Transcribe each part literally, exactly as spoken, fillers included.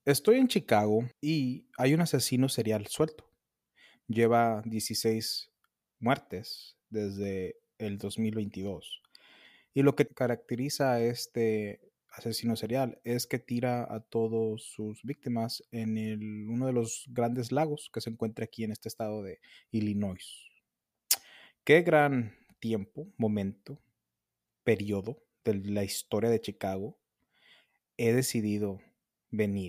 Estoy en Chicago y hay un asesino serial suelto. Lleva dieciséis muertes desde el dos mil veintidós. Y lo que caracteriza a este asesino serial es que tira a todas sus víctimas en el- uno de los grandes lagos que se encuentra aquí en este estado de Illinois. Qué gran tiempo, momento, periodo de la historia de Chicago he decidido venir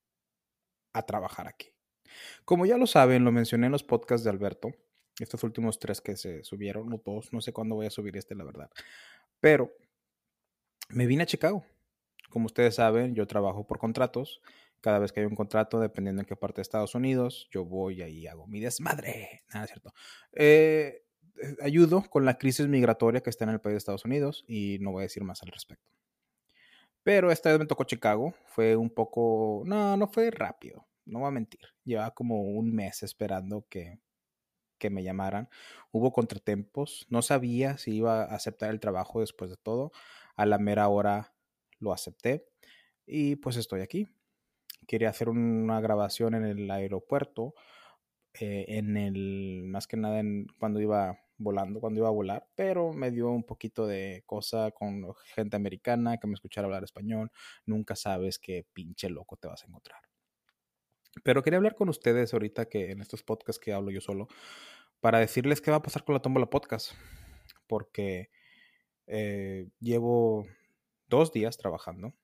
a trabajar aquí. Como ya lo saben, lo mencioné en los podcasts de Alberto, estos últimos tres que se subieron, o dos, no sé cuándo voy a subir este, la verdad. Pero me vine a Chicago. Como ustedes saben, yo trabajo por contratos. Cada vez que hay un contrato, dependiendo en qué parte de Estados Unidos, yo voy ahí y hago mi desmadre. Nada, es cierto. Eh, eh, ayudo con la crisis migratoria que está en el país de Estados Unidos y no voy a decir más al respecto. Pero esta vez me tocó Chicago. Fue un poco... No, no fue rápido. No voy a mentir. Llevaba como un mes esperando que, que me llamaran. Hubo contratiempos. No sabía si iba a aceptar el trabajo después de todo. A la mera hora lo acepté. Y pues estoy aquí. Quería hacer una grabación en el aeropuerto. eh, en el... Más que nada en, cuando iba volando, cuando iba a volar, pero me dio un poquito de cosa con gente americana que me escuchara hablar español. Nunca sabes qué pinche loco te vas a encontrar. Pero quería hablar con ustedes ahorita que en estos podcasts que hablo yo solo, para decirles qué va a pasar con la Tómbola Podcast. Porque eh, llevo dos días trabajando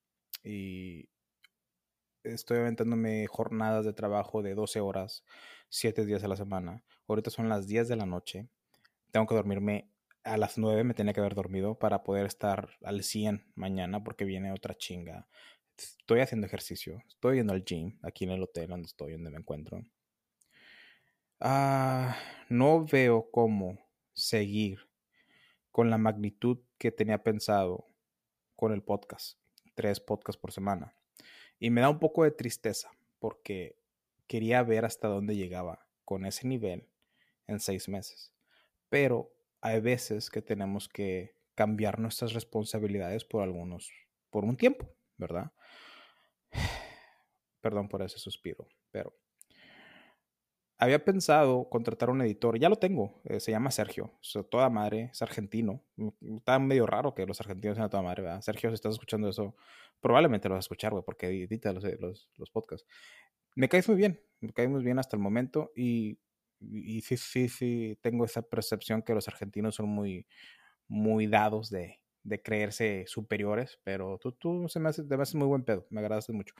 y estoy aventándome jornadas de trabajo de doce horas, siete días a la semana. Ahorita son las diez de la noche. Tengo que dormirme a las nueve, me tenía que haber dormido para poder estar al cien mañana porque viene otra chinga. Estoy haciendo ejercicio, estoy yendo al gym, aquí en el hotel donde estoy, donde me encuentro. Ah, no veo cómo seguir con la magnitud que tenía pensado con el podcast. Tres podcasts por semana. Y me da un poco de tristeza porque quería ver hasta dónde llegaba con ese nivel en seis meses. Pero hay veces que tenemos que cambiar nuestras responsabilidades por algunos, por un tiempo, ¿verdad? Perdón por ese suspiro, pero había pensado contratar a un editor, ya lo tengo, eh, se llama Sergio, o sea, toda madre, es argentino. Mm, Está medio raro que los argentinos sean a toda madre, ¿verdad? Sergio, si estás escuchando eso, probablemente lo vas a escuchar, güey, porque edita los, los, los podcasts. Me caes muy bien, me caes muy bien hasta el momento y, y sí, sí, sí, tengo esa percepción que los argentinos son muy, muy dados de, de creerse superiores, pero tú, tú se me hace, te me haces muy buen pedo, me agradaste mucho.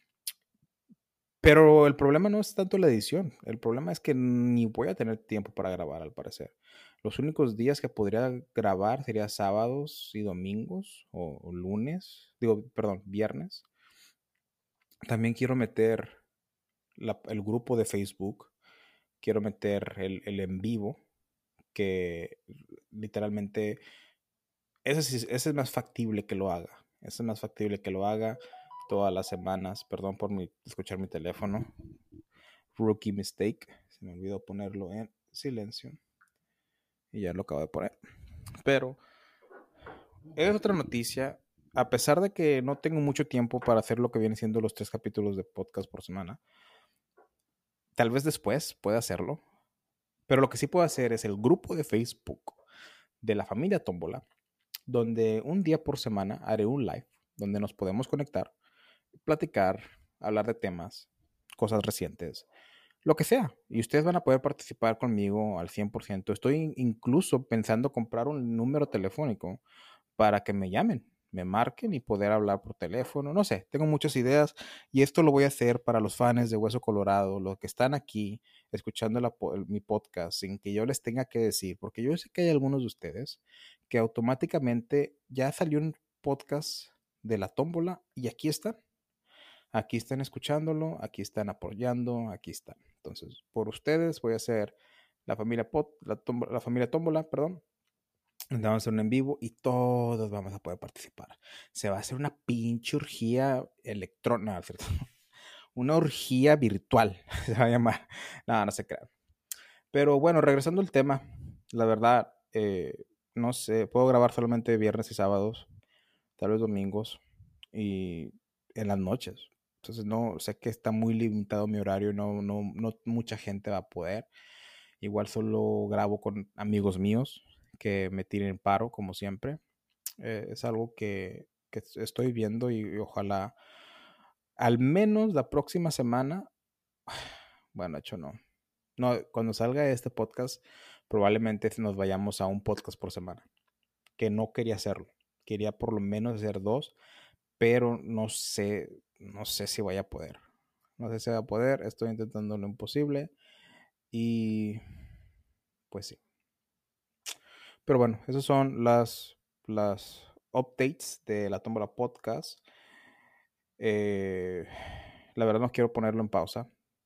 Pero el problema no es tanto la edición, el problema es que ni voy a tener tiempo para grabar al parecer. Los únicos días que podría grabar serían sábados y domingos o, o lunes, digo, perdón, viernes. También quiero meter la- el grupo de Facebook, quiero meter el, el en vivo, que literalmente ese, sí- ese es más factible que lo haga. Ese es más factible que lo haga todas las semanas. Perdón por mi, escuchar mi teléfono. Rookie mistake. Se me olvidó ponerlo en silencio. Y ya lo acabo de poner. Pero es otra noticia. A pesar de que no tengo mucho tiempo para hacer lo que vienen siendo los tres capítulos de podcast por semana, tal vez después pueda hacerlo. Pero lo que sí puedo hacer es el grupo de Facebook de la familia Tómbola, donde un día por semana haré un live donde nos podemos conectar, platicar, hablar de temas, cosas recientes, lo que sea. Y ustedes van a poder participar conmigo al cien por ciento. Estoy incluso pensando comprar un número telefónico para que me llamen, me marquen y poder hablar por teléfono. No sé, tengo muchas ideas y esto lo voy a hacer para los fans de Hueso Colorado, los que están aquí escuchando la, mi podcast sin que yo les tenga que decir, porque yo sé que hay algunos de ustedes que automáticamente ya salió un podcast de la tómbola y aquí están. Aquí están escuchándolo, aquí están apoyando, aquí están. Entonces, por ustedes voy a hacer la familia Pot, la, tómbola, la familia tómbola, perdón. Vamos a hacer un en vivo y todos vamos a poder participar. Se va a hacer una pinche orgía electrónica, ¿no? ¿Cierto? Una orgía virtual, se va a llamar. No, no se crean. Pero bueno, regresando al tema, la verdad, eh, no sé, puedo grabar solamente viernes y sábados, tal vez domingos y en las noches. Entonces, no, sé que está muy limitado mi horario, no, no, no mucha gente va a poder. Igual solo grabo con amigos míos que me tiren paro, como siempre. Eh, es algo que, que estoy viendo y, y ojalá al menos la próxima semana, bueno, de hecho no. No, cuando salga este podcast, probablemente nos vayamos a un podcast por semana, que no quería hacerlo. Quería por lo menos hacer dos, pero no sé, no sé si vaya a poder. No sé si va a poder, estoy intentando lo imposible y pues sí. Pero bueno, esas son las, las updates de la Tómbola Podcast. Eh, la verdad no quiero ponerlo en pausa,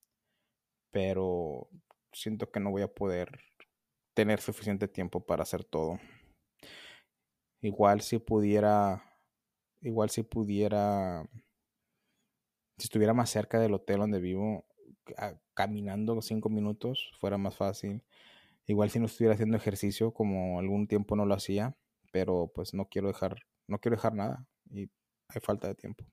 pero siento que no voy a poder tener suficiente tiempo para hacer todo. Igual si pudiera, igual si pudiera, si estuviera más cerca del hotel donde vivo, a, caminando cinco minutos, fuera más fácil. Igual si no estuviera haciendo ejercicio, como algún tiempo no lo hacía, pero pues no quiero dejar, no quiero dejar nada y hay falta de tiempo.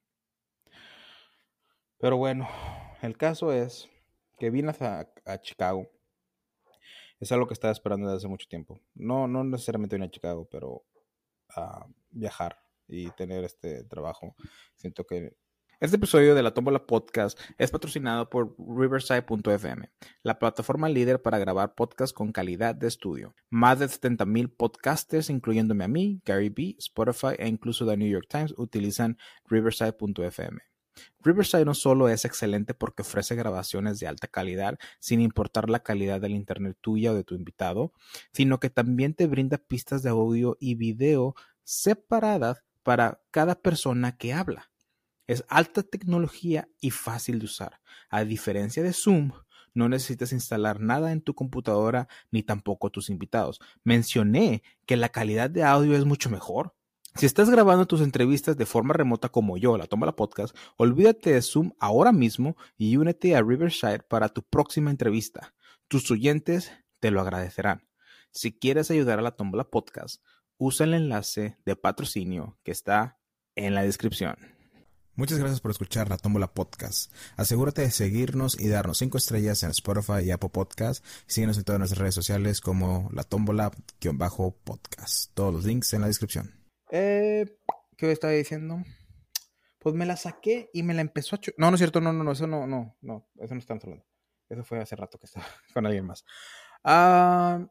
Pero bueno, el caso es que vine a, a Chicago. Es algo que estaba esperando desde hace mucho tiempo. No, no necesariamente vine a Chicago, pero a viajar y tener este trabajo. Siento que este episodio de la Tómbola Podcast es patrocinado por Riverside punto f m, la plataforma líder para grabar podcasts con calidad de estudio. Más de setenta mil podcasters, incluyéndome a mí, Gary B, Spotify e incluso The New York Times, utilizan Riverside punto f m. Riverside no solo es excelente porque ofrece grabaciones de alta calidad sin importar la calidad del internet tuya o de tu invitado, sino que también te brinda pistas de audio y video separadas para cada persona que habla. Es alta tecnología y fácil de usar. A diferencia de Zoom, no necesitas instalar nada en tu computadora ni tampoco tus invitados. Mencioné que la calidad de audio es mucho mejor. Si estás grabando tus entrevistas de forma remota como yo, la Tómbola Podcast, olvídate de Zoom ahora mismo y únete a Riverside para tu próxima entrevista. Tus oyentes te lo agradecerán. Si quieres ayudar a la Tómbola Podcast, usa el enlace de patrocinio que está en la descripción. Muchas gracias por escuchar La Tómbola Podcast. Asegúrate de seguirnos y darnos cinco estrellas en Spotify y Apple Podcast. Síguenos en todas nuestras redes sociales como La Tómbola-podcast. Todos los links en la descripción. Eh, ¿Qué estaba diciendo? Pues me la saqué y me la empezó a... Ch- no, no es cierto, no, no, no, eso no, no, no, eso no estamos hablando. Eso fue hace rato que estaba con alguien más. Ah,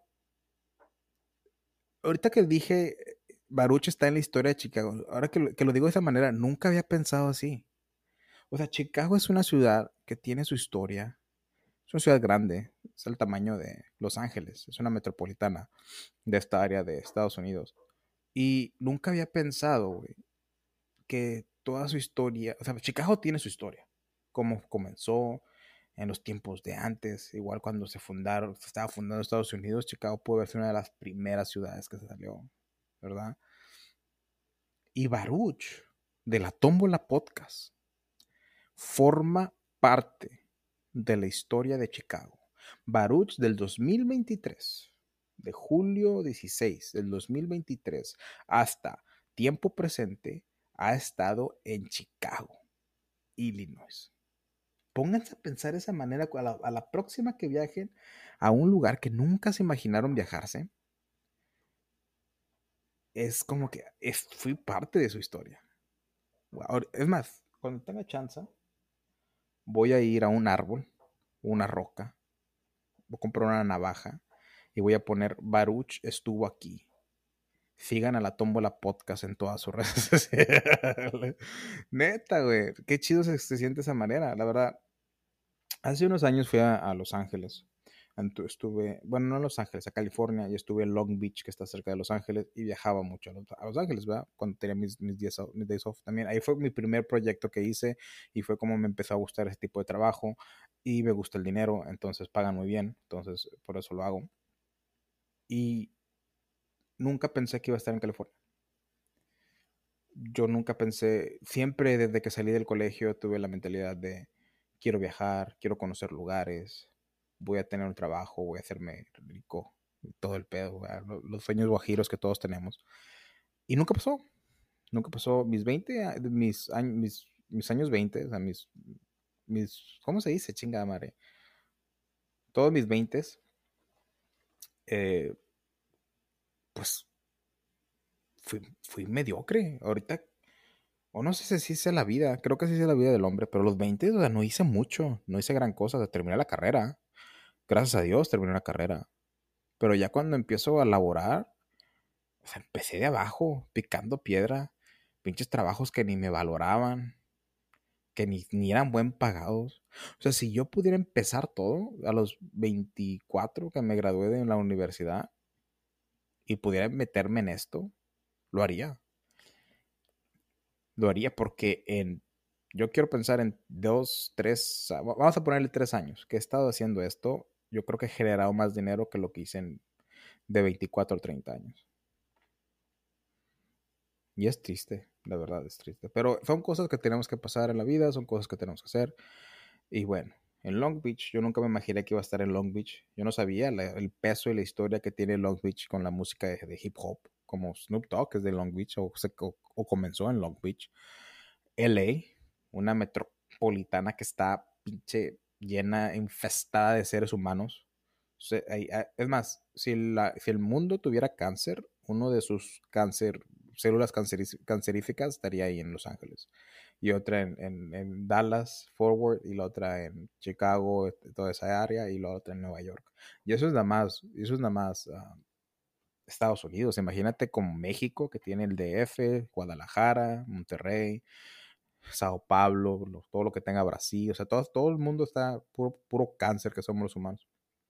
ahorita que dije, Baruch está en la historia de Chicago, ahora que lo, que lo digo de esa manera, nunca había pensado así. O sea, Chicago es una ciudad que tiene su historia. Es una ciudad grande, es el tamaño de Los Ángeles, es una metropolitana de esta área de Estados Unidos. Y nunca había pensado, güey, que toda su historia, o sea, Chicago tiene su historia, cómo comenzó en los tiempos de antes, igual cuando se fundaron, se estaba fundando Estados Unidos, Chicago pudo haber sido una de las primeras ciudades que se salió, ¿verdad? Y Baruch, de la Tómbola Podcast, forma parte de la historia de Chicago. Baruch del dos mil veintitrés, de julio dieciséis del dos mil veintitrés hasta tiempo presente, ha estado en Chicago, Illinois. Pónganse a pensar de esa manera a la, a la próxima que viajen a un lugar que nunca se imaginaron viajarse. Es como que es, fui parte de su historia. Wow. Es más, cuando tenga chance, voy a ir a un árbol, una roca, voy a comprar una navaja y voy a poner Baruch estuvo aquí. Sigan a la Tómbola Podcast en todas sus redes sociales. Neta, güey. Qué chido se, se siente esa manera. La verdad, hace unos años fui a, a Los Ángeles. Estuve, bueno, no a Los Ángeles, a California, y estuve en Long Beach, que está cerca de Los Ángeles, y viajaba mucho a Los, a Los Ángeles, ¿verdad? Cuando tenía mis, mis, días, mis days off también. Ahí fue mi primer proyecto que hice, y fue como me empezó a gustar ese tipo de trabajo, y me gusta el dinero, entonces pagan muy bien, entonces por eso lo hago. Y nunca pensé que iba a estar en California. Yo nunca pensé, siempre desde que salí del colegio tuve la mentalidad de quiero viajar, quiero conocer lugares, voy a tener un trabajo, voy a hacerme rico, todo el pedo, ¿verdad? Los sueños guajiros que todos tenemos. Y nunca pasó, nunca pasó. Mis veinte, mis años, mis mis años veinte, o sea, mis, mis, ¿cómo se dice? Chingada madre. Todos mis veinte, eh, pues fui, fui mediocre. Ahorita, o no sé si sea la vida, creo que sí es la vida del hombre, pero los veinte, o sea, no hice mucho, no hice gran cosa, o sea, terminé la carrera. Gracias a Dios terminé la carrera. Pero ya cuando empiezo a laborar, o sea, empecé de abajo, picando piedra, pinches trabajos que ni me valoraban, que ni, ni eran buen pagados. O sea, si yo pudiera empezar todo a los veinticuatro que me gradué de la universidad y pudiera meterme en esto, lo haría. Lo haría porque en, yo quiero pensar en dos, tres, vamos a ponerle tres años que he estado haciendo esto, yo creo que he generado más dinero que lo que hice en, de veinticuatro a treinta años. Y es triste, la verdad es triste. Pero son cosas que tenemos que pasar en la vida, son cosas que tenemos que hacer. Y bueno, en Long Beach, yo nunca me imaginé que iba a estar en Long Beach. Yo no sabía la, el peso y la historia que tiene Long Beach con la música de, de hip hop, como Snoop Dogg es de Long Beach o, se, o, o comenzó en Long Beach. L A, una metropolitana que está pinche llena, infestada de seres humanos. O sea, hay, hay, es más, si, la, si el mundo tuviera cáncer, uno de sus cáncer, células canceríficas estaría ahí en Los Ángeles. Y otra en, en, en Dallas, Forward, y la otra en Chicago, toda esa área, y la otra en Nueva York. Y eso es nada más, eso es nada más uh, Estados Unidos. Imagínate como México, que tiene el D F, Guadalajara, Monterrey, Sao Paulo, lo, todo lo que tenga Brasil, o sea, todo, todo el mundo está puro, puro cáncer que somos los humanos.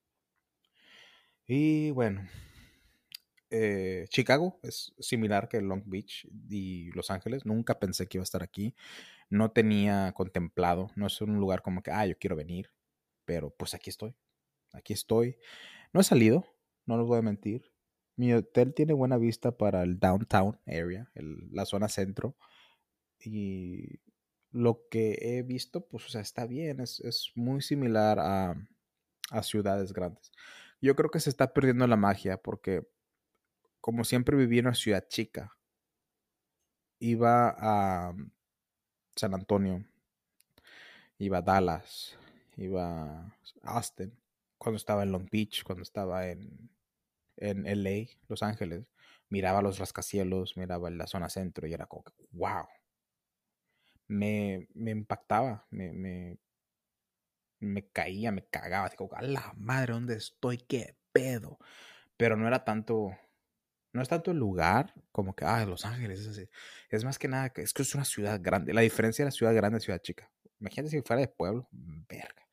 Y bueno, eh, Chicago es similar que Long Beach y Los Ángeles. Nunca pensé que iba a estar aquí. No tenía contemplado, no es un lugar como que, ah, yo quiero venir, pero pues aquí estoy. Aquí estoy. No he salido, no les voy a mentir. Mi hotel tiene buena vista para el downtown area, el, la zona centro. Y lo que he visto, pues, o sea, está bien, es, es muy similar a, a ciudades grandes. Yo creo que se está perdiendo la magia porque, como siempre viví en una ciudad chica, iba a San Antonio, iba a Dallas, iba a Austin, cuando estaba en Long Beach, cuando estaba en, en L A, Los Ángeles, miraba los rascacielos, miraba la zona centro y era como que, wow, me, me impactaba, me, me, me caía, me cagaba, digo, a la madre, ¿dónde estoy? ¿Qué pedo? Pero no era tanto, no es tanto el lugar como que, ah, Los Ángeles, es así. Es más que nada que es que es una ciudad grande. La diferencia de la ciudad grande y ciudad chica. Imagínate si fuera de pueblo, verga.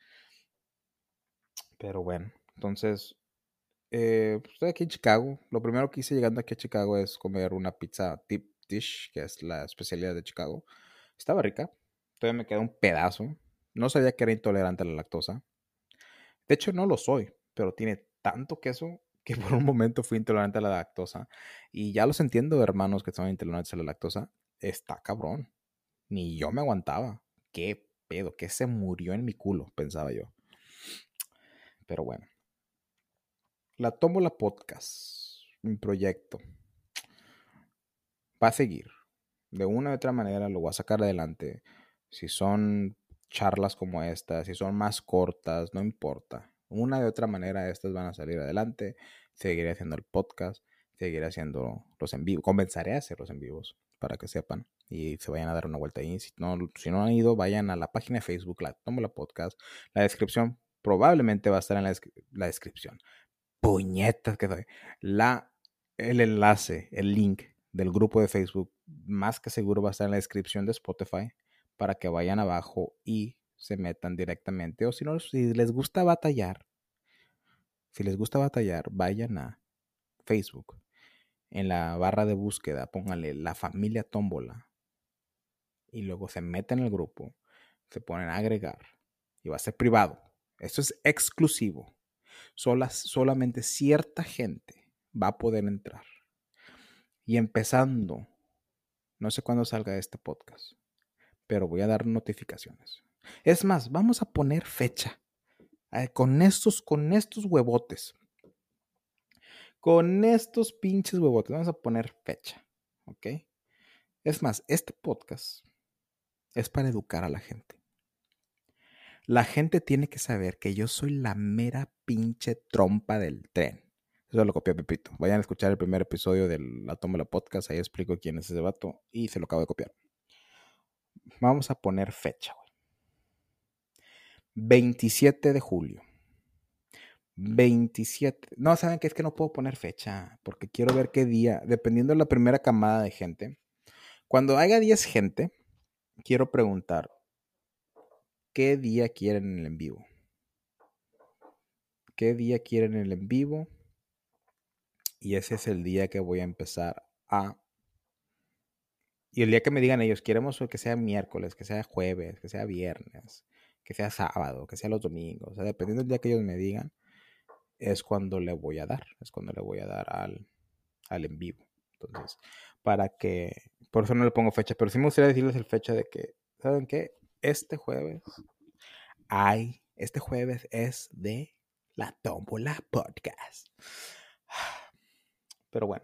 Pero bueno, entonces, eh, pues, estoy aquí en Chicago. Lo primero que hice llegando aquí a Chicago es comer una pizza tip dish, que es la especialidad de Chicago. Estaba rica. Todavía me queda un pedazo. No sabía que era intolerante a la lactosa. De hecho, no lo soy, pero tiene tanto queso que por un momento fui intolerante a la lactosa. Y ya los entiendo, hermanos que son intolerantes a la lactosa. Está cabrón. Ni yo me aguantaba. ¿Qué pedo? ¿Qué se murió en mi culo? Pensaba yo. Pero bueno. La Tómbola Podcast, mi proyecto, va a seguir. De una u otra manera lo voy a sacar adelante. Si son charlas como estas, si son más cortas, no importa. Una de otra manera estas van a salir adelante. Seguiré haciendo el podcast, seguiré haciendo los en vivo. Comenzaré a hacer los en vivos para que sepan y se vayan a dar una vuelta ahí. Si no, si no han ido, vayan a la página de Facebook, La Tómbola Podcast. La descripción probablemente va a estar en la, descri la descripción. Puñetas que doy. La, el enlace, el link del grupo de Facebook, más que seguro va a estar en la descripción de Spotify para que vayan abajo y se metan directamente. O si no, si les gusta batallar, si les gusta batallar, vayan a Facebook. En la barra de búsqueda, pónganle La Familia Tómbola y luego se meten en el grupo, se ponen a agregar y va a ser privado. Esto es exclusivo. Solas, solamente cierta gente va a poder entrar. Y empezando, no sé cuándo salga este podcast, pero voy a dar notificaciones. Es más, vamos a poner fecha. Con estos, con estos huevotes. Con estos pinches huevotes. Vamos a poner fecha. ¿Ok? Es más, este podcast es para educar a la gente. La gente tiene que saber que yo soy la mera pinche trompa del tren. Eso lo copió Pepito. Vayan a escuchar el primer episodio de La Tómbola Podcast. Ahí explico quién es ese vato y se lo acabo de copiar. Vamos a poner fecha, güey. veintisiete de julio. veintisiete. No, ¿saben qué? Es que no puedo poner fecha porque quiero ver qué día, dependiendo de la primera camada de gente. Cuando haya diez gente, quiero preguntar, ¿qué día quieren el en vivo? ¿Qué día quieren el en vivo? Y ese es el día que voy a empezar a... Y el día que me digan ellos, queremos que sea miércoles, que sea jueves, que sea viernes, que sea sábado, que sea los domingos. O sea, dependiendo del día que ellos me digan, es cuando le voy a dar. Es cuando le voy a dar al, al en vivo. Entonces, para que... Por eso no le pongo fecha. Pero sí me gustaría decirles el fecha de que, ¿saben qué? Este jueves hay... Este jueves es de La Tómbola Podcast. Pero bueno.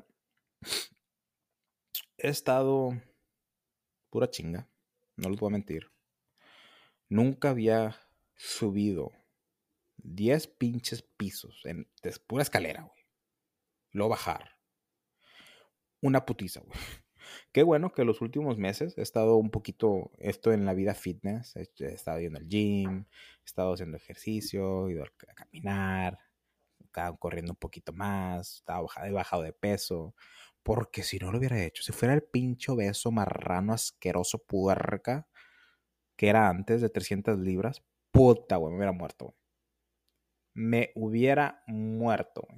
He estado pura chinga. No les voy a mentir. Nunca había subido diez pinches pisos en de pura escalera, güey. Luego bajar. Una putiza, güey. Qué bueno que los últimos meses he estado un poquito esto en la vida fitness. He, he estado yendo al gym, he estado haciendo ejercicio, he ido a caminar, estaba corriendo un poquito más, estaba bajado, he bajado de peso. Porque si no lo hubiera hecho, si fuera el pinche obeso, marrano, asqueroso, puerca, que era antes de trescientas libras, puta, güey, me hubiera muerto, güey. Me hubiera muerto, güey.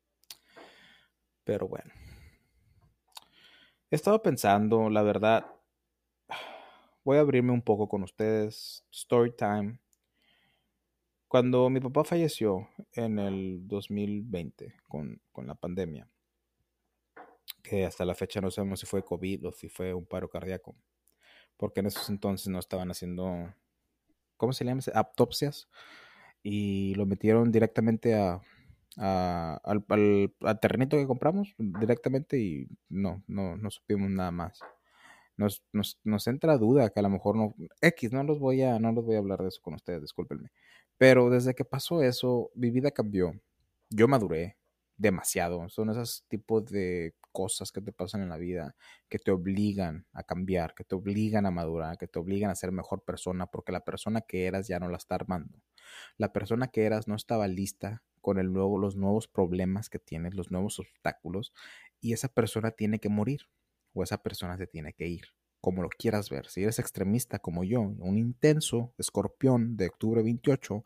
Pero bueno. He estado pensando, la verdad, voy a abrirme un poco con ustedes. Story time. Cuando mi papá falleció en el dos mil veinte con, con la pandemia, que hasta la fecha no sabemos si fue COVID o si fue un paro cardíaco, porque en esos entonces no estaban haciendo, ¿cómo se llama? Autopsias, y lo metieron directamente a, a- al, al, al terrenito que compramos directamente y no, no, no supimos nada más. Nos, nos, nos entra duda que a lo mejor no, X, no los voy a, no los voy a hablar de eso con ustedes, discúlpenme. Pero desde que pasó eso, mi vida cambió. Yo maduré demasiado. Son esos tipos de cosas que te pasan en la vida que te obligan a cambiar, que te obligan a madurar, que te obligan a ser mejor persona, porque la persona que eras ya no la está armando. La persona que eras no estaba lista con el nuevo, los nuevos problemas que tienes, los nuevos obstáculos, y esa persona tiene que morir o esa persona se tiene que ir, como lo quieras ver. Si eres extremista como yo, un intenso escorpión de octubre veintiocho,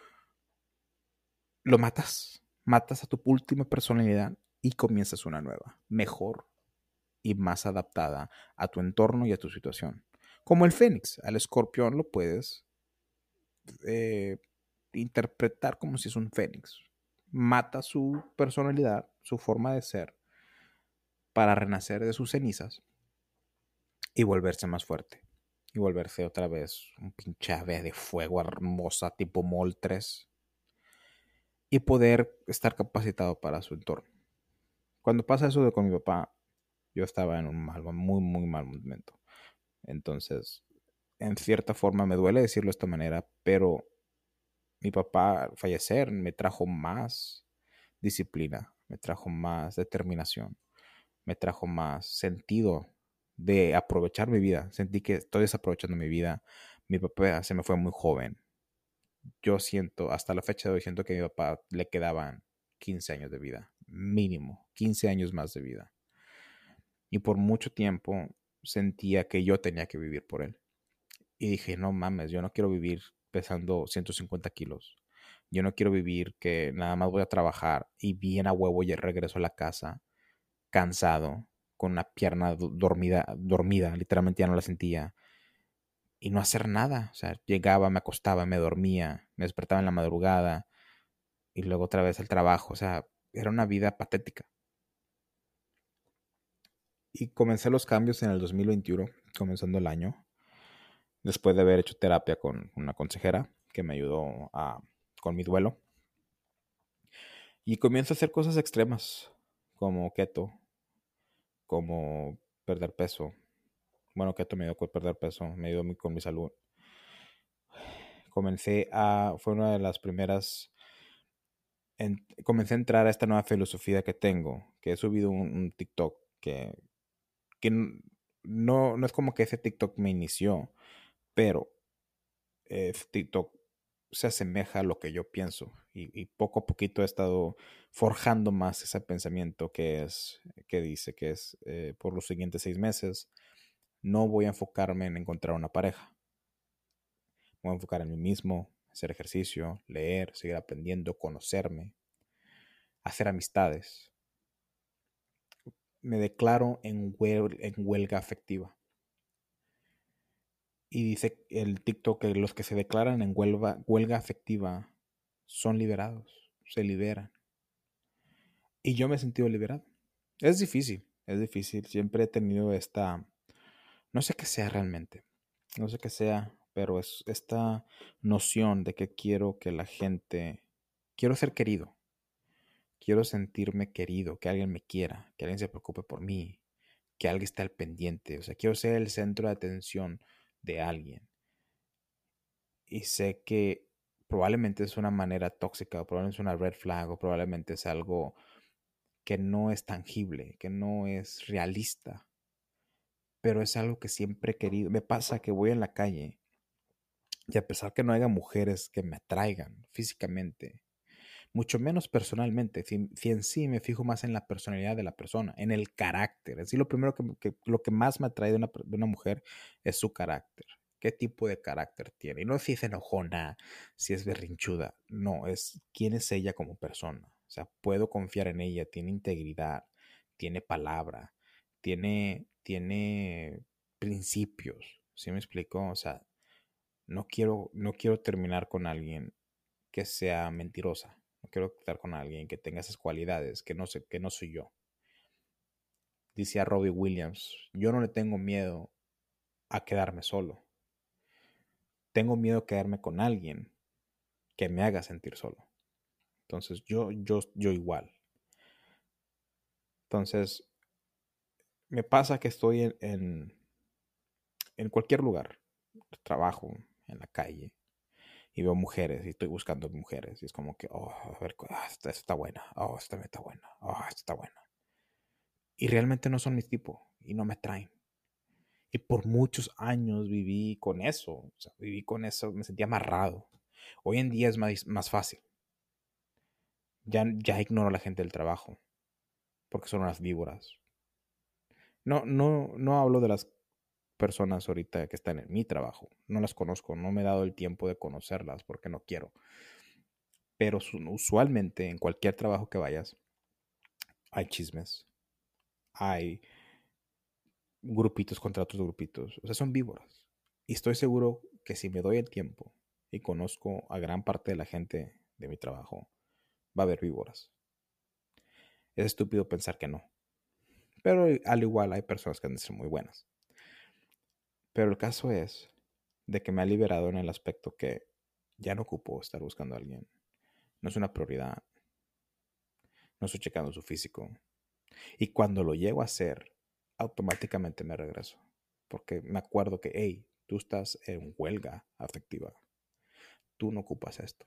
lo matas, matas a tu última personalidad y comienzas una nueva, mejor y más adaptada a tu entorno y a tu situación. Como el Fénix, al escorpión lo puedes eh, interpretar como si es un Fénix. Mata su personalidad, su forma de ser, para renacer de sus cenizas y volverse más fuerte. Y volverse otra vez un pinche ave de fuego hermosa tipo Moltres. Y poder estar capacitado para su entorno. Cuando pasa eso de con mi papá, yo estaba en un mal, muy, muy mal momento. Entonces, en cierta forma me duele decirlo de esta manera, pero mi papá fallecer me trajo más disciplina, me trajo más determinación, me trajo más sentido de aprovechar mi vida. Sentí que estoy desaprovechando mi vida. Mi papá se me fue muy joven. Yo siento, hasta la fecha de hoy, siento que a mi papá le quedaban quince años de vida, mínimo, quince años más de vida. Y por mucho tiempo sentía que yo tenía que vivir por él. Y dije, no mames, yo no quiero vivir pesando ciento cincuenta kilos. Yo no quiero vivir que nada más voy a trabajar y bien a huevo y regreso a la casa cansado, con una pierna dormida, dormida, literalmente ya no la sentía, y no hacer nada. O sea, llegaba, me acostaba, me dormía, me despertaba en la madrugada y luego otra vez al trabajo. O sea, era una vida patética. Y comencé los cambios en el dos mil veintiuno, comenzando el año, después de haber hecho terapia con una consejera que me ayudó a, con mi duelo. Y comienzo a hacer cosas extremas, como keto, como perder peso, Bueno, keto me ayudó con perder peso, me ayudó mi- con mi salud. Comencé a, fue una de las primeras, en- comencé a entrar a esta nueva filosofía que tengo, que he subido un, un TikTok que, que n- no, no es como que ese TikTok me inició, pero eh, TikTok se asemeja a lo que yo pienso y, y poco a poquito he estado forjando más ese pensamiento que es, que dice que es eh, por los siguientes seis meses no voy a enfocarme en encontrar una pareja, me voy a enfocar en mí mismo, hacer ejercicio, leer, seguir aprendiendo, conocerme, hacer amistades. Me declaro en, huel en huelga afectiva. Y dice el TikTok que los que se declaran en huelga, huelga afectiva son liberados, se liberan. Y yo me he sentido liberado. Es difícil, es difícil. Siempre he tenido esta, no sé qué sea realmente, no sé qué sea, pero es esta noción de que quiero que la gente, quiero ser querido, quiero sentirme querido, que alguien me quiera, que alguien se preocupe por mí, que alguien esté al pendiente. O sea, quiero ser el centro de atención de alguien. Y sé que probablemente es una manera tóxica, o probablemente es una red flag, o probablemente es algo que no es tangible, que no es realista, pero es algo que siempre he querido. Me pasa que voy en la calle y a pesar que no haya mujeres que me atraigan físicamente, mucho menos personalmente, si, si en sí me fijo más en la personalidad de la persona, en el carácter. Así lo primero que, que lo que más me atrae de una, de una mujer es su carácter. ¿Qué tipo de carácter tiene? Y no si es enojona, si es berrinchuda. No, es quién es ella como persona. O sea, puedo confiar en ella, tiene integridad, tiene palabra, tiene, tiene principios. ¿Sí me explico? O sea, no quiero, no quiero terminar con alguien que sea mentirosa. No quiero estar con alguien que tenga esas cualidades, que no sé, que no soy yo. Dice a Robbie Williams, yo no le tengo miedo a quedarme solo. Tengo miedo a quedarme con alguien que me haga sentir solo. Entonces, yo, yo, yo igual. Entonces, me pasa que estoy en, en, en cualquier lugar, trabajo, en la calle, y veo mujeres y estoy buscando mujeres y es como que, oh, a ver, ah, esta, esta está buena, oh, esta está buena, oh, esta está buena. Y realmente no son mi tipo y no me traen. Y por muchos años viví con eso, o sea, viví con eso, me sentía amarrado. Hoy en día es más, más fácil. Ya, ya ignoro a la gente del trabajo porque son unas víboras. No, no, no hablo de las personas ahorita que están en mi trabajo. No las conozco, no me he dado el tiempo de conocerlas porque no quiero. Pero usualmente en cualquier trabajo que vayas hay chismes, hay grupitos contra otros grupitos. O sea, son víboras. Y estoy seguro que si me doy el tiempo y conozco a gran parte de la gente de mi trabajo, va a haber víboras. Es estúpido pensar que no. Pero al igual hay personas que han de ser muy buenas. Pero el caso es de que me ha liberado en el aspecto que ya no ocupo estar buscando a alguien. No es una prioridad. No estoy checando su físico. Y cuando lo llego a hacer, automáticamente me regreso. Porque me acuerdo que, hey, tú estás en huelga afectiva. Tú no ocupas esto.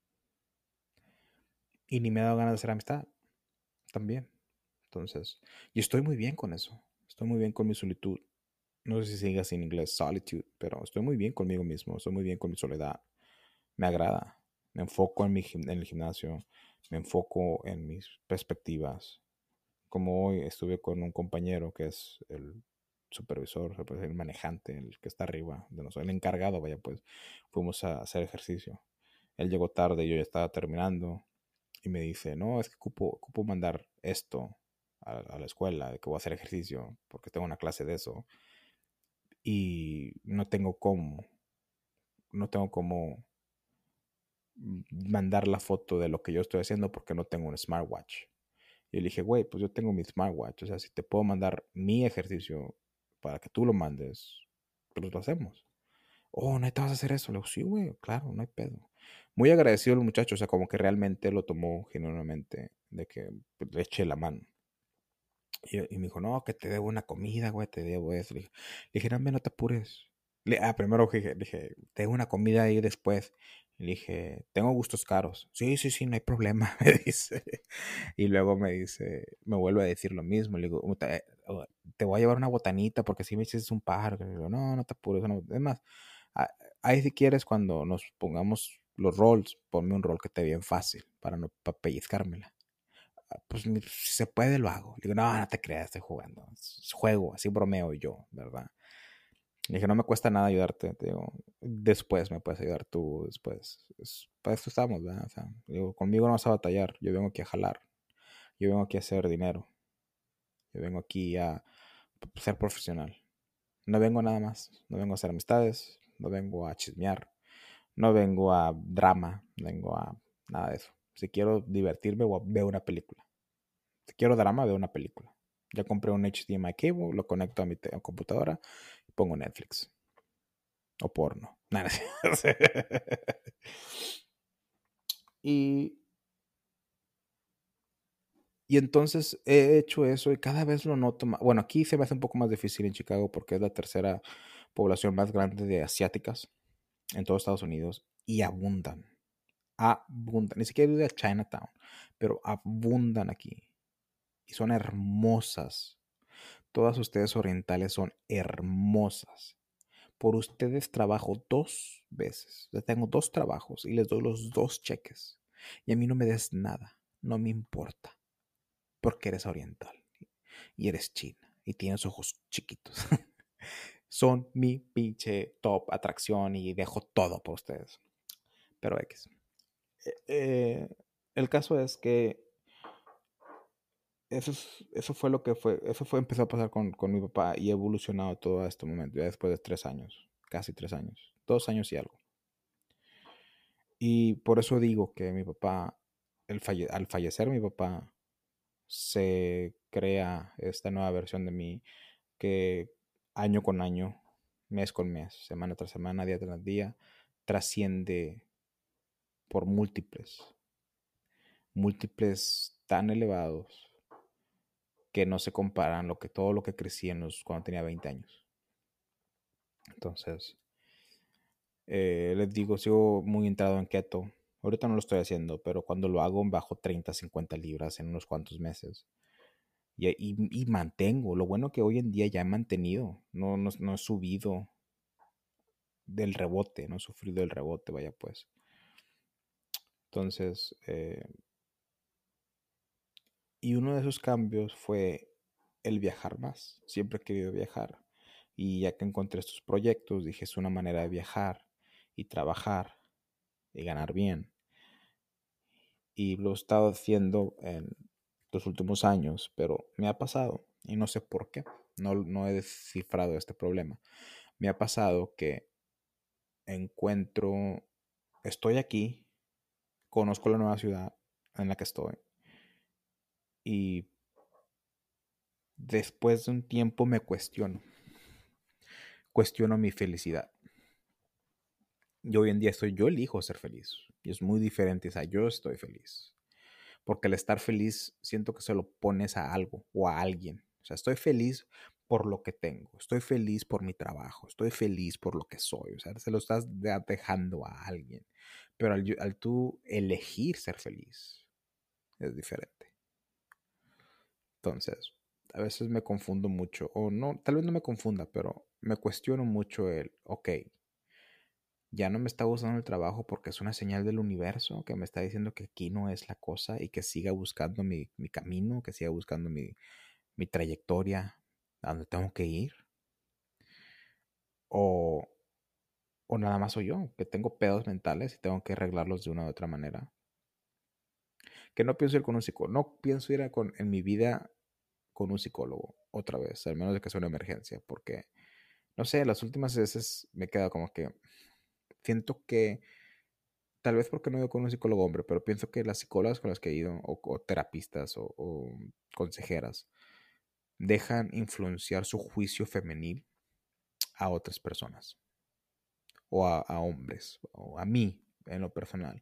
Y ni me ha dado ganas de hacer amistad también. Entonces, y estoy muy bien con eso. Estoy muy bien con mi solitud. No sé si sigas en inglés solitude, pero estoy muy bien conmigo mismo. Estoy muy bien con mi soledad. Me agrada. Me enfoco en, mi, en el gimnasio. Me enfoco en mis perspectivas. Como hoy estuve con un compañero que es el supervisor, el manejante, el que está arriba de nosotros, el encargado, vaya, pues fuimos a hacer ejercicio. Él llegó tarde, yo ya estaba terminando y me dice, no, es que ocupo, ocupo mandar esto a, a la escuela, de que voy a hacer ejercicio, porque tengo una clase de eso y no tengo cómo, no tengo cómo mandar la foto de lo que yo estoy haciendo porque no tengo un smartwatch. Y le dije, güey, pues yo tengo mi smartwatch, o sea, si te puedo mandar mi ejercicio para que tú lo mandes, pues lo hacemos. Oh, ¿no te vas a hacer eso? Le digo, sí, güey, claro, no hay pedo. Muy agradecido el muchacho, o sea, como que realmente lo tomó genuinamente, de que pues, le eché la mano. Y, y me dijo, no, que te debo una comida, güey, te debo eso. Le dije, le dije, no, hombre, no te apures. Le, ah, primero dije, dije, te debo una comida ahí después. Le dije, tengo gustos caros. Sí, sí, sí, no hay problema, me dice. Y luego me dice, me vuelve a decir lo mismo. Le digo, te, te voy a llevar una botanita porque si me dices un pájaro. Le digo, no, no te apures. No. Es más, ahí si quieres cuando nos pongamos los rolls, ponme un roll que esté bien fácil para no para pellizcármela. Pues si se puede lo hago. Le digo, no, no te creas, estoy jugando. Es juego, así bromeo yo, ¿verdad? Le dije, no me cuesta nada ayudarte. Te digo, después me puedes ayudar tú, después. Es, para esto estamos, ¿verdad? O sea, digo, conmigo no vas a batallar. Yo vengo aquí a jalar. Yo vengo aquí a hacer dinero. Yo vengo aquí a ser profesional. No vengo nada más. No vengo a hacer amistades. No vengo a chismear. No vengo a drama. No vengo a nada de eso. Si quiero divertirme, veo una película. Si quiero drama, veo una película. Ya compré un H D M I cable, lo conecto a mi computadora y pongo Netflix. O porno. Nada. y, y entonces he hecho eso y cada vez lo noto más. Bueno, aquí se me hace un poco más difícil en Chicago porque es la tercera población más grande de asiáticas en todos Estados Unidos y abundan. Abundan. Ni siquiera vivo a Chinatown, pero abundan aquí. Y son hermosas. Todas ustedes orientales son hermosas. Por ustedes trabajo dos veces. Ya tengo dos trabajos y les doy los dos cheques. Y a mí no me des nada. No me importa. Porque eres oriental. Y eres china. Y tienes ojos chiquitos. Son mi pinche top atracción y dejo todo por ustedes. Pero X. Eh, eh, el caso es que eso, es, eso fue lo que fue. Eso fue empezó a pasar con, con mi papá y ha evolucionado todo a este momento. Ya después de tres años. Casi tres años. Dos años y algo. Y por eso digo que mi papá, el falle al fallecer mi papá, se crea esta nueva versión de mí que año con año, mes con mes, semana tras semana, día tras día, trasciende por múltiples, múltiples tan elevados que no se comparan lo que todo lo que crecí en los, cuando tenía veinte años. Entonces, eh, les digo, sigo muy entrado en keto. Ahorita no lo estoy haciendo, pero cuando lo hago bajo treinta, cincuenta libras en unos cuantos meses. Y, y, y mantengo. Lo bueno que hoy en día ya he mantenido. No, no, no he subido del rebote. No he sufrido del rebote, vaya pues. Entonces, eh, y uno de esos cambios fue el viajar más. Siempre he querido viajar. Y ya que encontré estos proyectos, dije, es una manera de viajar y trabajar y ganar bien. Y lo he estado haciendo en los últimos años, pero me ha pasado, y no sé por qué, no, no he descifrado este problema. Me ha pasado que encuentro, estoy aquí, conozco la nueva ciudad en la que estoy, y después de un tiempo me cuestiono, cuestiono mi felicidad. Y hoy en día estoy, yo elijo ser feliz, y es muy diferente, o sea, yo estoy feliz. Porque el estar feliz siento que se lo pones a algo o a alguien. O sea, estoy feliz por lo que tengo, estoy feliz por mi trabajo, estoy feliz por lo que soy. O sea, se lo estás dejando a alguien. Pero al, al tú elegir ser feliz es diferente. Entonces, a veces me confundo mucho, o no, tal vez no me confunda, pero me cuestiono mucho el, ok, ya no me está gustando el trabajo porque es una señal del universo que me está diciendo que aquí no es la cosa y que siga buscando mi, mi camino, que siga buscando mi, mi trayectoria, a donde tengo que ir. O, o nada más soy yo, que tengo pedos mentales y tengo que arreglarlos de una u otra manera. Que no pienso ir con un psicólogo, no pienso ir a con, en mi vida con un psicólogo otra vez, al menos de que sea una emergencia, porque, no sé, las últimas veces me he quedado como que siento que tal vez porque no he ido con un psicólogo hombre, pero pienso que las psicólogas con las que he ido, o, o terapistas, o, o, consejeras, dejan influenciar su juicio femenil a otras personas, o a, a hombres, o a mí, en lo personal.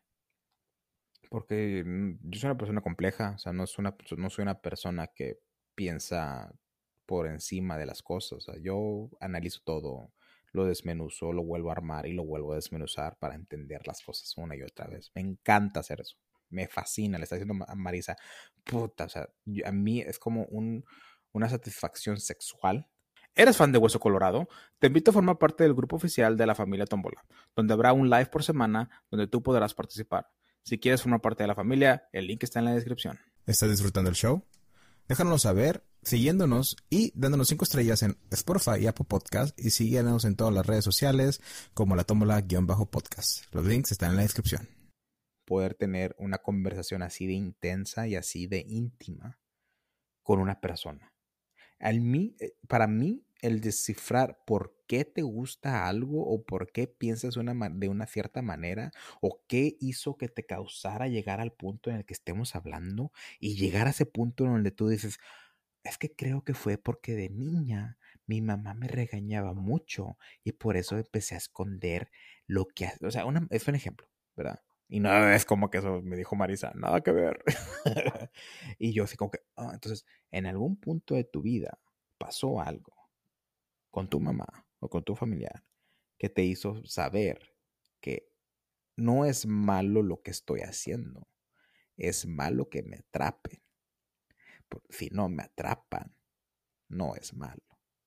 Porque yo soy una persona compleja, o sea, no, es una, no soy una persona que piensa por encima de las cosas. O sea, yo analizo todo, lo desmenuzo, lo vuelvo a armar y lo vuelvo a desmenuzar para entender las cosas una y otra vez. Me encanta hacer eso. Me fascina. Le está diciendo a Marisa, puta, o sea, yo, a mí es como un, una satisfacción sexual. ¿Eres fan de Hueso Colorado? Te invito a formar parte del grupo oficial de la familia Tómbola, donde habrá un live por semana donde tú podrás participar. Si quieres formar parte de la familia, el link está en la descripción. ¿Estás disfrutando el show? Déjanoslo saber siguiéndonos y dándonos cinco estrellas en Spotify y Apple Podcast, y síguenos en todas las redes sociales como la tómbola-podcast. Los links están en la descripción. Poder tener una conversación así de intensa y así de íntima con una persona. Al mí, para mí, el descifrar por qué te gusta algo o por qué piensas una, de una cierta manera o qué hizo que te causara llegar al punto en el que estemos hablando y llegar a ese punto en donde tú dices, es que creo que fue porque de niña mi mamá me regañaba mucho y por eso empecé a esconder lo que... O sea, una, es un ejemplo, ¿verdad? Y no es como que eso me dijo Marisa, nada que ver. Y yo así como que, ah, entonces, en algún punto de tu vida pasó algo con tu mamá o con tu familiar que te hizo saber que no es malo lo que estoy haciendo, es malo que me atrapen. Si no me atrapan, no es malo.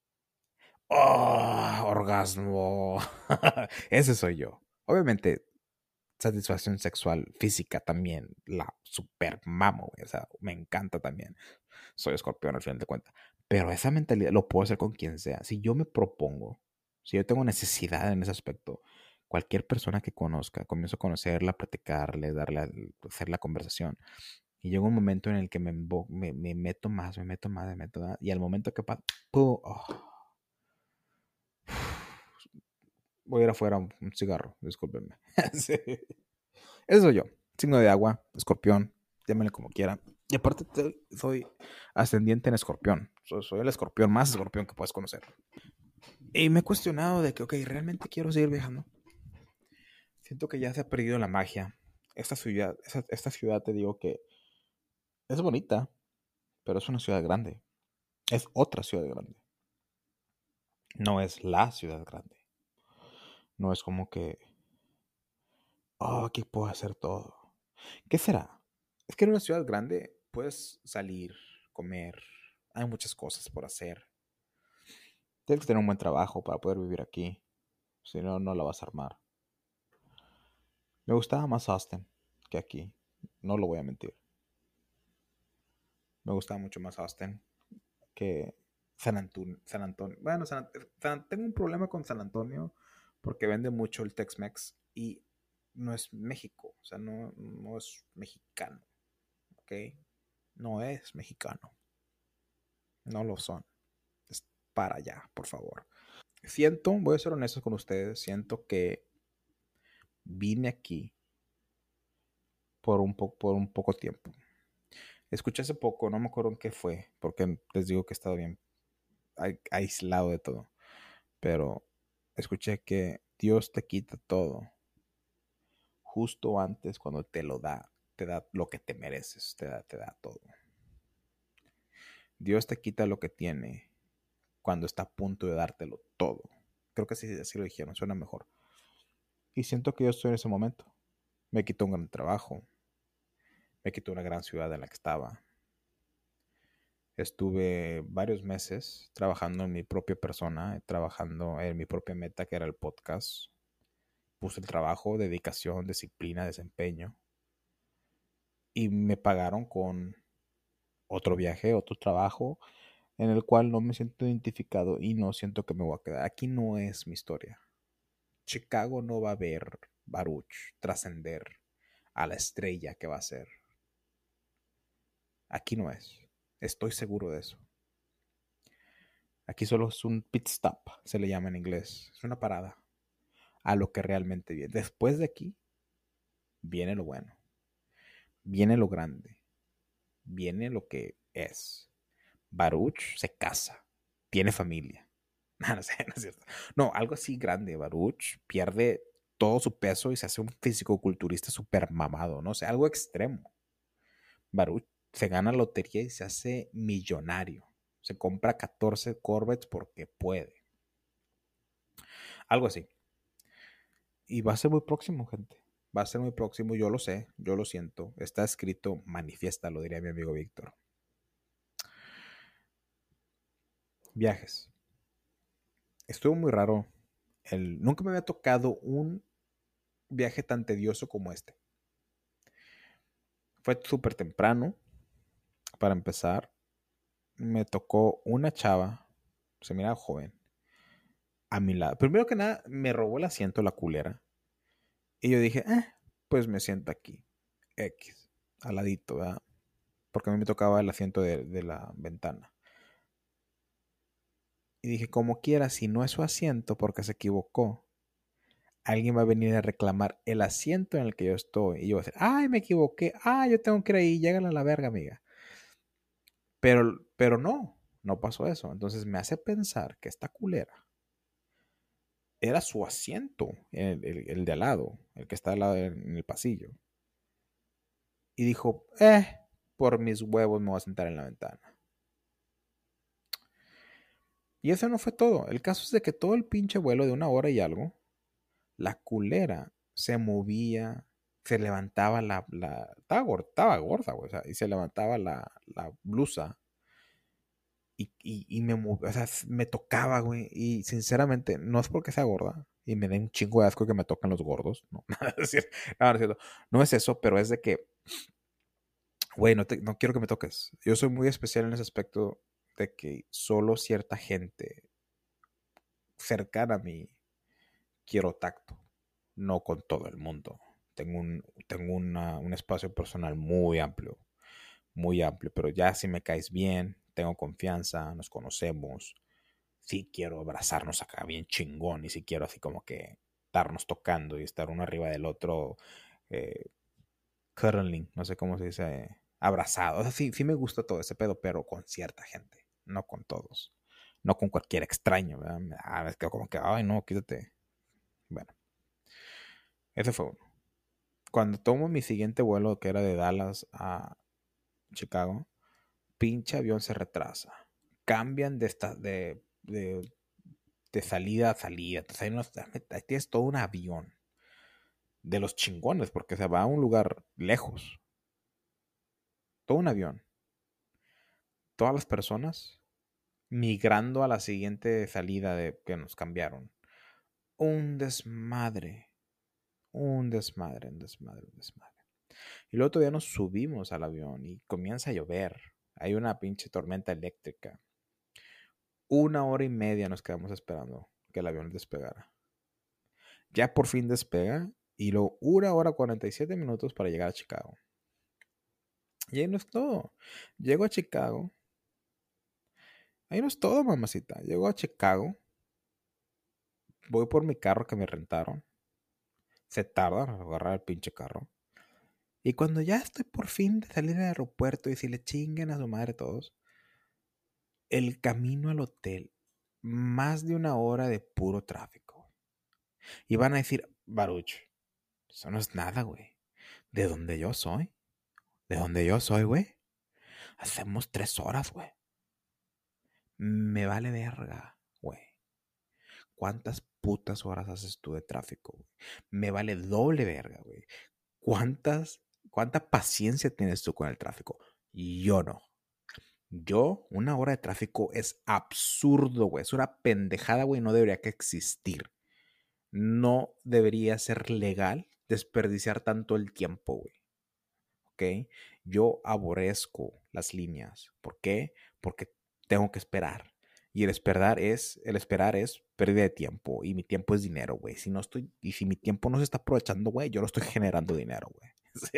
¡Oh! Orgasmo. Ese soy yo. Obviamente, satisfacción sexual física también la super mamo, o sea, me encanta también. Soy escorpión al final de cuentas. Pero esa mentalidad lo puedo hacer con quien sea. Si yo me propongo, si yo tengo necesidad en ese aspecto, cualquier persona que conozca, comienzo a conocerla, platicarle, darle, hacer la conversación. Y llega un momento en el que me, me, me meto más, me meto más, me meto más. Y al momento que pasa, oh, voy a ir afuera un, un cigarro, discúlpenme. Sí. Eso soy yo, signo de agua, escorpión, llámenle como quieran. Y aparte soy ascendiente en escorpión. Soy, soy el escorpión más escorpión que puedes conocer. Y me he cuestionado de que, ok, ¿realmente quiero seguir viajando? Siento que ya se ha perdido la magia. Esta ciudad, esta, esta ciudad te digo que es bonita, pero es una ciudad grande. Es otra ciudad grande. No es la ciudad grande. No es como que, oh, aquí puedo hacer todo. ¿Qué será? Es que en una ciudad grande puedes salir, comer, hay muchas cosas por hacer. Tienes que tener un buen trabajo para poder vivir aquí. Si no, no la vas a armar. Me gustaba más Austin que aquí. No lo voy a mentir. Me gustaba mucho más Austin que San Antonio. San Antonio. Bueno, San, San, tengo un problema con San Antonio porque vende mucho el Tex-Mex y no es México. O sea, no, no es mexicano. ¿Ok? No es mexicano. No lo son. Es para allá, por favor. Siento, voy a ser honesto con ustedes, siento que vine aquí por un, po por un poco tiempo. Escuché hace poco, no me acuerdo en qué fue, porque les digo que he estado bien aislado de todo. Pero escuché que Dios te quita todo justo antes cuando te lo da, te da lo que te mereces, te da, te da todo. Dios te quita lo que tiene cuando está a punto de dártelo todo. Creo que así, así lo dijeron, suena mejor. Y siento que yo estoy en ese momento. Me quitó un gran trabajo. Me quitó una gran ciudad en la que estaba. Estuve varios meses trabajando en mi propia persona, trabajando en mi propia meta, que era el podcast. Puse el trabajo, dedicación, disciplina, desempeño. Y me pagaron con otro viaje, otro trabajo, en el cual no me siento identificado y no siento que me voy a quedar. Aquí no es mi historia. Chicago no va a ver Baruch trascender a la estrella que va a ser. Aquí no es. Estoy seguro de eso. Aquí solo es un pit stop, se le llama en inglés. Es una parada a lo que realmente viene. Después de aquí, viene lo bueno. Viene lo grande. Viene lo que es. Baruch se casa. Tiene familia. No, no sé, no es cierto. No, algo así grande. Baruch pierde todo su peso y se hace un fisicoculturista súper mamado. No sé, algo extremo. Baruch se gana lotería y se hace millonario. Se compra catorce Corvettes porque puede. Algo así. Y va a ser muy próximo, gente. Va a ser muy próximo, yo lo sé, yo lo siento. Está escrito, manifiéstalo, diría mi amigo Víctor. Viajes. Estuvo muy raro. El, nunca me había tocado un viaje tan tedioso como este. Fue súper temprano, para empezar. Me tocó una chava, se miraba joven, a mi lado. Primero que nada, me robó el asiento la culera. Y yo dije, eh, pues me siento aquí. X, al ladito, ¿verdad? Porque a mí me tocaba el asiento de, de la ventana. Y dije, como quiera, si no es su asiento porque se equivocó, alguien va a venir a reclamar el asiento en el que yo estoy. Y yo voy a decir, ay, me equivoqué. Ah, yo tengo que ir ahí. Llégale a la verga, amiga. Pero, pero no, no pasó eso. Entonces me hace pensar que esta culera era su asiento, el, el, el de al lado, el que está al lado en el pasillo. Y dijo, eh, por mis huevos me voy a sentar en la ventana. Y eso no fue todo. El caso es de que todo el pinche vuelo de una hora y algo, la culera se movía, se levantaba la... la estaba, gorda, estaba gorda, güey, o sea, y se levantaba la, la blusa y, y, y me, o sea, me tocaba, güey. Y sinceramente, no es porque sea gorda y me dé un chingo de asco que me tocan los gordos. No, no, es cierto, no, no es cierto. No es eso, pero es de que, güey, no, te, no quiero que me toques. Yo soy muy especial en ese aspecto de que solo cierta gente cercana a mí quiero tacto, no con todo el mundo. Tengo un, tengo una, un espacio personal muy amplio, muy amplio, pero ya si me caes bien, tengo confianza, nos conocemos, sí quiero abrazarnos acá bien chingón y sí quiero así como que estarnos tocando y estar uno arriba del otro, eh, cuddling, no sé cómo se dice, eh, abrazado. O sea, sí, sí me gusta todo ese pedo, pero con cierta gente, no con todos, no con cualquier extraño, ¿verdad? Ah, es que como que, ay, no, quítate. Bueno, ese fue uno. Cuando tomo mi siguiente vuelo, que era de Dallas a Chicago, pinche avión se retrasa. Cambian de, esta, de, de, de salida a salida. Entonces ahí, unos, ahí tienes todo un avión de los chingones, porque se va a un lugar lejos. Todo un avión. Todas las personas migrando a la siguiente salida de que nos cambiaron. Un desmadre. Un desmadre, un desmadre, un desmadre. Y luego todavía nos subimos al avión y comienza a llover. Hay una pinche tormenta eléctrica. Una hora y media nos quedamos esperando que el avión despegara. Ya por fin despega y luego una hora cuarenta y siete minutos para llegar a Chicago. Y ahí no es todo. Llego a Chicago. Ahí no es todo, mamacita. Llego a Chicago. Voy por mi carro que me rentaron. Se tarda en agarrar el pinche carro. Y cuando ya estoy por fin de salir del aeropuerto y si le chinguen a su madre todos, el camino al hotel, más de una hora de puro tráfico. Y van a decir, Baruch, eso no es nada, güey. ¿De donde yo soy? ¿De donde yo soy, güey? Hacemos tres horas, güey. Me vale verga, güey. ¿Cuántas putas horas haces tú de tráfico, güey? Me vale doble verga, güey. ¿Cuántas, cuánta paciencia tienes tú con el tráfico? Yo no. Yo, una hora de tráfico es absurdo, güey. Es una pendejada, güey. No debería que existir. No debería ser legal desperdiciar tanto el tiempo, güey. ¿Ok? Yo aborrezco las líneas. ¿Por qué? Porque tengo que esperar. Y el esperar es, el esperar es pérdida de tiempo. Y mi tiempo es dinero, güey. Si no estoy, y si mi tiempo no se está aprovechando, güey, yo no estoy generando dinero, güey.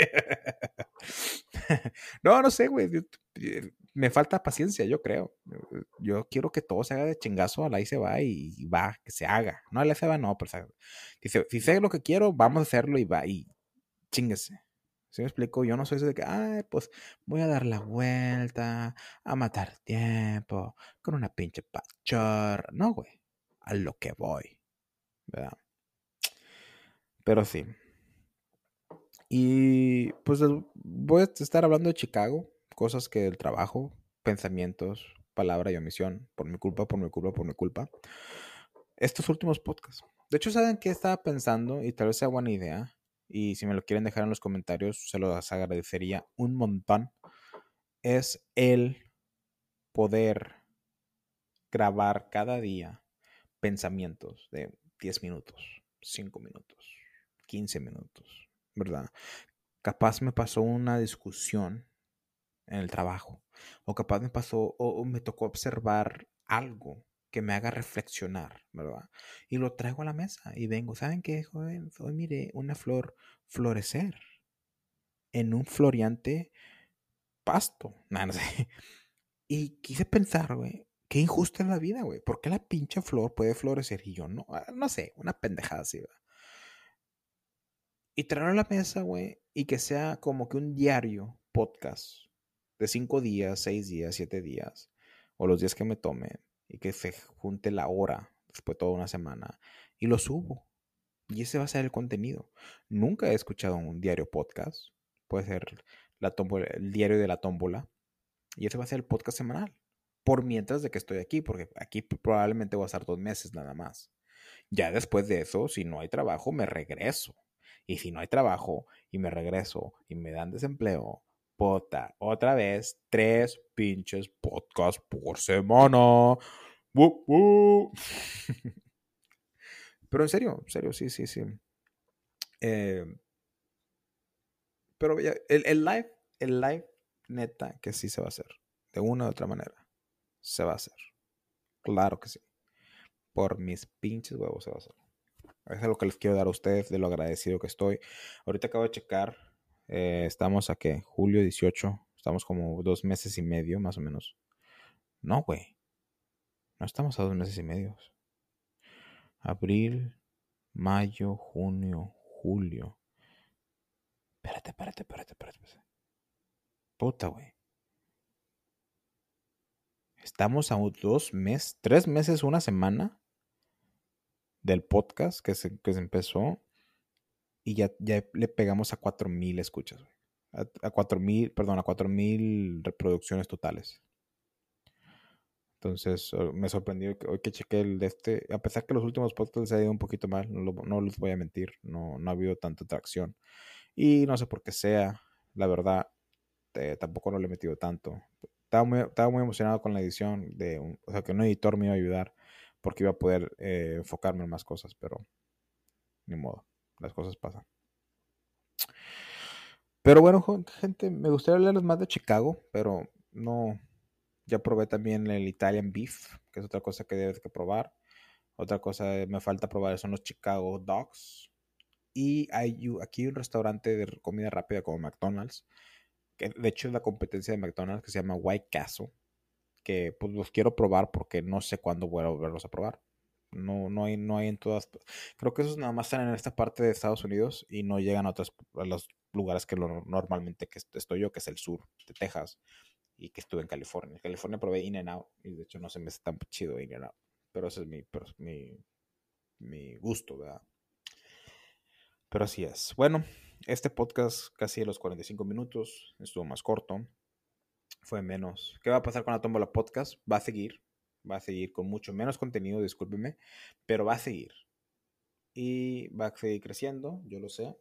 No, no sé, güey. Me falta paciencia, yo creo. Yo quiero que todo se haga de chingazo, al ahí se va y, y va, que se haga. No, al ahí se va, no, pero si, si sé lo que quiero, vamos a hacerlo y va, y chinguese. ¿Sí me explico? Yo no soy eso de que, ay, pues voy a dar la vuelta, a matar tiempo, con una pinche pachorra. No, güey, a lo que voy, ¿verdad? Pero sí. Y pues voy a estar hablando de Chicago cosas que del trabajo, pensamientos, palabra y omisión, por mi culpa, por mi culpa, por mi culpa, estos últimos podcasts. De hecho, ¿saben qué estaba pensando? Y tal vez sea buena idea. Y si me lo quieren dejar en los comentarios, se los agradecería un montón. Es el poder grabar cada día pensamientos de diez minutos, cinco minutos, quince minutos, ¿verdad? Capaz me pasó una discusión en el trabajo, o capaz me pasó, o, o me tocó observar algo que me haga reflexionar, ¿verdad? Y lo traigo a la mesa y vengo, ¿saben qué, joven? Hoy miré una flor florecer en un floreante pasto. Nah, no sé. Y quise pensar, güey, qué injusta es la vida, güey. ¿Por qué la pinche flor puede florecer y yo no? Ah, no sé, una pendejada así, ¿verdad? Y traerlo a la mesa, güey, y que sea como que un diario podcast de cinco días, seis días, siete días, o los días que me tomen, y que se junte la hora después de toda una semana, y lo subo. Y ese va a ser el contenido. Nunca he escuchado un diario podcast. Puede ser la tómbola, el diario de la tómbola. Y ese va a ser el podcast semanal. Por mientras de que estoy aquí, porque aquí probablemente voy a estar dos meses nada más. Ya después de eso, si no hay trabajo, me regreso. Y si no hay trabajo y me regreso y me dan desempleo, puta, otra vez, tres pinches podcasts por semana. ¡Woo, woo! Pero en serio, en serio, sí, sí, sí. Eh, pero ya, el, el live, el live, neta, que sí se va a hacer. De una u otra manera. Se va a hacer. Claro que sí. Por mis pinches huevos se va a hacer. Eso es lo que les quiero dar a ustedes, de lo agradecido que estoy. Ahorita acabo de checar. Eh, estamos a qué? Julio dieciocho. Estamos como dos meses y medio, más o menos. No, güey. No estamos a dos meses y medio. Abril, mayo, junio, julio. Espérate, espérate, espérate, espérate. espérate. Puta, güey. Estamos a dos meses, tres meses, una semana del podcast que se, que se empezó. Y ya, ya le pegamos a cuatro mil escuchas, güey. A, a cuatro mil, perdón, a cuatro mil reproducciones totales. Entonces, oh, me sorprendió que hoy que chequé el de este, a pesar que los últimos podcasts se ha ido un poquito mal, no, lo, no les voy a mentir, no, no ha habido tanta atracción. Y no sé por qué sea, la verdad, eh, tampoco no le he metido tanto. Estaba muy, estaba muy emocionado con la edición, de un, o sea, que un editor me iba a ayudar porque iba a poder eh, enfocarme en más cosas, pero ni modo, las cosas pasan. Pero bueno, gente, me gustaría hablarles más de Chicago, pero no. Ya probé también el Italian Beef, que es otra cosa que debes que probar. Otra cosa que me falta probar son los Chicago Dogs. Y hay aquí un restaurante de comida rápida como McDonald's, que de hecho es la competencia de McDonald's, que se llama White Castle, que pues los quiero probar porque no sé cuándo voy a volverlos a probar. No, no hay, no hay en todas. Creo que esos nada más están en esta parte de Estados Unidos y no llegan a otros a los lugares que lo, normalmente que estoy yo, que es el sur de Texas y que estuve en California. En California probé In-N-Out y de hecho no se me hace tan chido In-N-Out, pero ese es mi, mi, mi gusto, ¿verdad? Pero así es. Bueno, este podcast casi a los cuarenta y cinco minutos, estuvo más corto, fue menos. ¿Qué va a pasar con la Tómbola Podcast? Va a seguir, va a seguir con mucho menos contenido, discúlpeme, pero va a seguir. Y va a seguir creciendo, yo lo sé.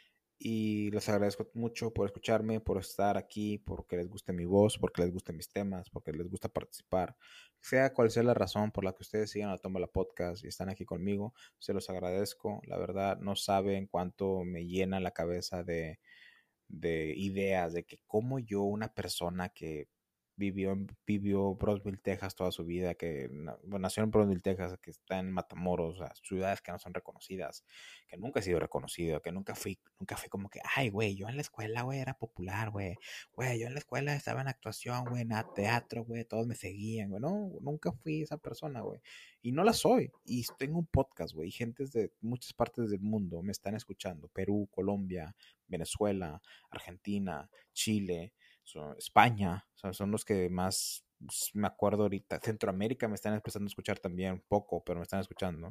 Y les agradezco mucho por escucharme, por estar aquí, porque les guste mi voz, porque les gusten mis temas, porque les gusta participar. Sea cual sea la razón por la que ustedes sigan la Tómbola Podcast y están aquí conmigo, se los agradezco. La verdad, no saben cuánto me llena la cabeza de, de ideas, de que como yo, una persona que vivió en vivió Brownsville, Texas toda su vida, que bueno, nació en Brownsville, Texas, que está en Matamoros, o sea, ciudades que no son reconocidas, que nunca he sido reconocido, que nunca fui, nunca fui como que, ay, güey, yo en la escuela, güey, era popular, güey, güey, yo en la escuela estaba en actuación, güey, en teatro, güey, todos me seguían, güey, no, nunca fui esa persona, güey, y no la soy, y tengo un podcast, güey, y gentes de muchas partes del mundo me están escuchando, Perú, Colombia, Venezuela, Argentina, Chile, So, España, o sea, son los que más me acuerdo ahorita. Centroamérica me están empezando a escuchar también poco, pero me están escuchando.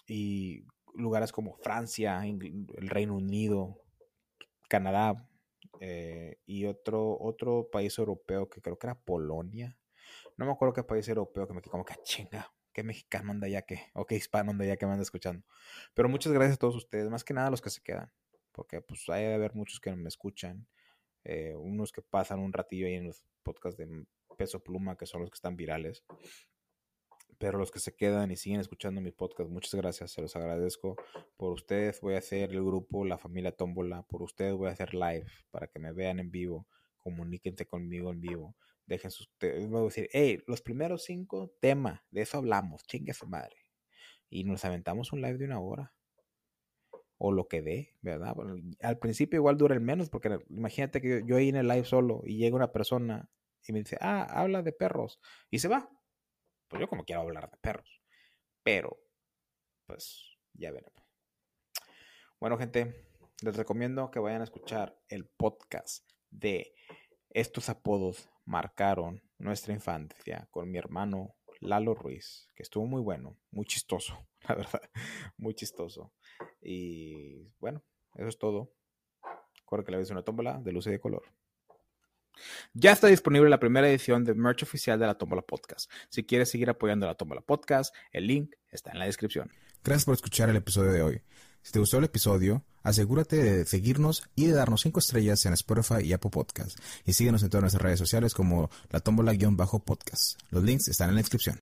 Y lugares como Francia, el Reino Unido, Canadá, eh, y otro, otro país europeo que creo que era Polonia. No me acuerdo qué país europeo que me quedé como que "Ah, chinga, qué mexicano anda ya que, o qué hispano anda ya que me anda escuchando". Pero muchas gracias a todos ustedes, más que nada a los que se quedan, porque pues hay de haber muchos que me escuchan, eh, unos que pasan un ratillo ahí en los podcasts de Peso Pluma, que son los que están virales. Pero los que se quedan y siguen escuchando mi podcast, muchas gracias, se los agradezco. Por ustedes voy a hacer el grupo La Familia Tómbola, por ustedes voy a hacer live para que me vean en vivo, comuníquense conmigo en vivo, dejen sus, te, voy a decir, hey, los primeros cinco, tema, de eso hablamos, chingue su madre. Y nos aventamos un live de una hora, o lo que dé, ¿verdad? Bueno, al principio igual dura el menos, porque imagínate que yo, yo ahí en el live solo y llega una persona y me dice, ah, habla de perros, y se va. Pues yo como quiero hablar de perros. Pero, pues, ya veremos. Bueno, gente, les recomiendo que vayan a escuchar el podcast de Estos apodos marcaron nuestra infancia con mi hermano Lalo Ruiz, que estuvo muy bueno, muy chistoso, la verdad, muy chistoso. Y bueno, eso es todo. Recuerda que la ves una tómbola de luz y de color. Ya está disponible la primera edición de merch oficial de la Tómbola Podcast. Si quieres seguir apoyando a la Tómbola Podcast, el link está en la descripción. Gracias por escuchar el episodio de hoy. Si te gustó el episodio, asegúrate de seguirnos y de darnos cinco estrellas en Spotify y Apple Podcast. Y síguenos en todas nuestras redes sociales como la Tómbola-podcast. Los links están en la descripción.